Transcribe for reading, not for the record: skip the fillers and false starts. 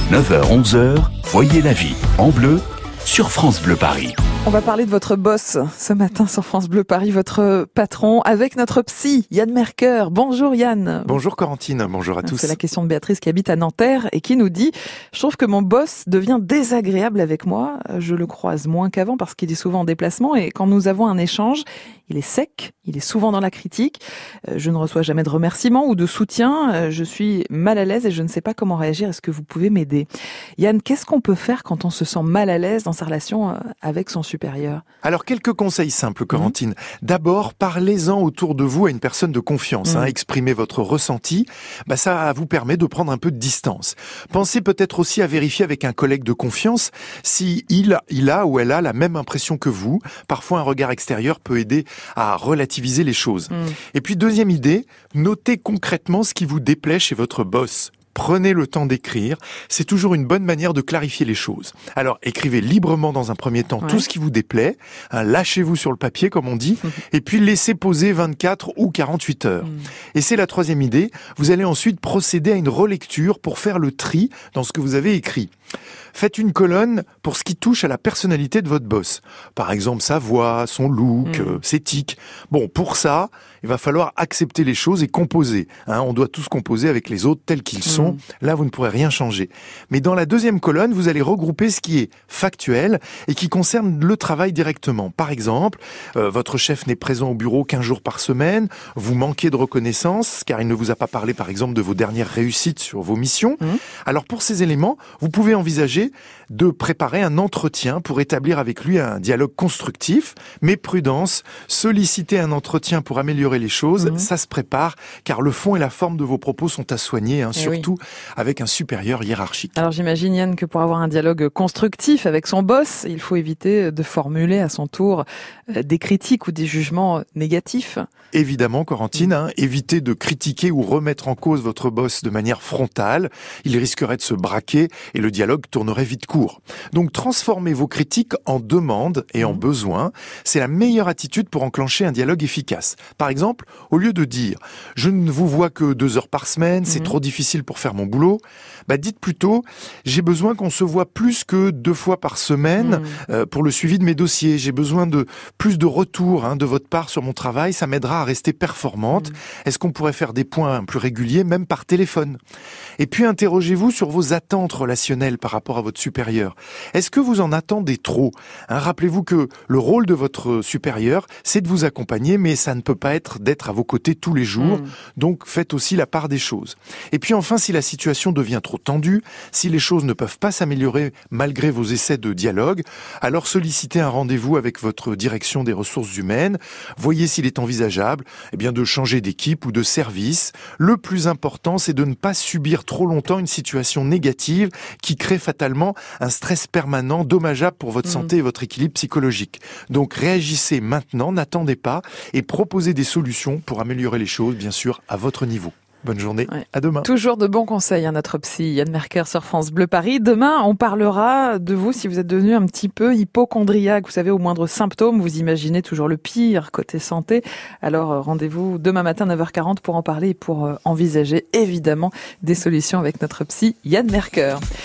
9h-11h, voyez la vie en bleu sur France Bleu Paris. On va parler de votre boss ce matin sur France Bleu Paris, votre patron, avec notre psy, Yann Mercœur. Bonjour Yann. Bonjour Corentine, bonjour à tous. C'est la question de Béatrice qui habite à Nanterre et qui nous dit « Je trouve que mon boss devient désagréable avec moi. Je le croise moins qu'avant parce qu'il est souvent en déplacement et quand nous avons un échange, il est sec, il est souvent dans la critique. Je ne reçois jamais de remerciements ou de soutien. Je suis mal à l'aise et je ne sais pas comment réagir. Est-ce que vous pouvez m'aider ?» Yann, qu'est-ce qu'on peut faire quand on se sent mal à l'aise dans sa relation avec son supérieur? Alors, quelques conseils simples, Corentine. D'abord, parlez-en autour de vous à une personne de confiance. Exprimez votre ressenti. Ça vous permet de prendre un peu de distance. Pensez peut-être aussi à vérifier avec un collègue de confiance si il a ou elle a la même impression que vous. Parfois, un regard extérieur peut aider à relativiser les choses. Et puis, deuxième idée, notez concrètement ce qui vous déplaît chez votre boss. Prenez le temps d'écrire, c'est toujours une bonne manière de clarifier les choses. Alors, écrivez librement dans un premier temps tout ce qui vous déplaît, lâchez-vous sur le papier comme on dit, et puis laissez poser 24 ou 48 heures. Et c'est la troisième idée, vous allez ensuite procéder à une relecture pour faire le tri dans ce que vous avez écrit. Faites une colonne pour ce qui touche à la personnalité de votre boss. Par exemple, sa voix, son look, ses tics. Bon, pour ça, il va falloir accepter les choses et composer. On doit tous composer avec les autres tels qu'ils sont. Là, vous ne pourrez rien changer. Mais dans la deuxième colonne, vous allez regrouper ce qui est factuel et qui concerne le travail directement. Par exemple, votre chef n'est présent au bureau qu'1 jour par semaine. Vous manquez de reconnaissance car il ne vous a pas parlé, par exemple, de vos dernières réussites sur vos missions. Alors, pour ces éléments, vous pouvez envisager de préparer un entretien pour établir avec lui un dialogue constructif, mais prudence, solliciter un entretien pour améliorer les choses, ça se prépare, car le fond et la forme de vos propos sont à soigner, surtout avec un supérieur hiérarchique. Alors j'imagine Yann que pour avoir un dialogue constructif avec son boss, il faut éviter de formuler à son tour des critiques ou des jugements négatifs. Évidemment, Corentine, évitez de critiquer ou remettre en cause votre boss de manière frontale. Il risquerait de se braquer et le dialogue tournerait vite court. Donc transformez vos critiques en demandes et en besoins. C'est la meilleure attitude pour enclencher un dialogue efficace. Par exemple, au lieu de dire « je ne vous vois que 2 heures par semaine, c'est trop difficile pour faire mon boulot », dites plutôt « j'ai besoin qu'on se voit plus que 2 fois par semaine pour le suivi de mes dossiers. J'ai besoin de plus de retours de votre part sur mon travail, ça m'aidera à rester performante. Est-ce qu'on pourrait faire des points plus réguliers, même par téléphone ?» Et puis interrogez-vous sur vos attentes relationnelles par rapport à votre supérieur. Est-ce que vous en attendez trop ? Rappelez-vous que le rôle de votre supérieur, c'est de vous accompagner, mais ça ne peut pas être d'être à vos côtés tous les jours. Donc faites aussi la part des choses. Et puis enfin, si la situation devient trop tendue, si les choses ne peuvent pas s'améliorer malgré vos essais de dialogue, alors sollicitez un rendez-vous avec votre direction des ressources humaines. Voyez s'il est envisageable de changer d'équipe ou de service. Le plus important, c'est de ne pas subir trop longtemps une situation négative qui crée fatalement un stress permanent, dommageable pour votre santé et votre équilibre psychologique. Donc réagissez maintenant, n'attendez pas et proposez des solutions pour améliorer les choses, bien sûr, à votre niveau. Bonne journée, à demain. Toujours de bons conseils à notre psy Yann Mercœur sur France Bleu Paris. Demain, on parlera de vous si vous êtes devenu un petit peu hypocondriaque. Vous savez, au moindre symptôme, vous imaginez toujours le pire côté santé. Alors rendez-vous demain matin 9h40 pour en parler et pour envisager évidemment des solutions avec notre psy Yann Mercœur.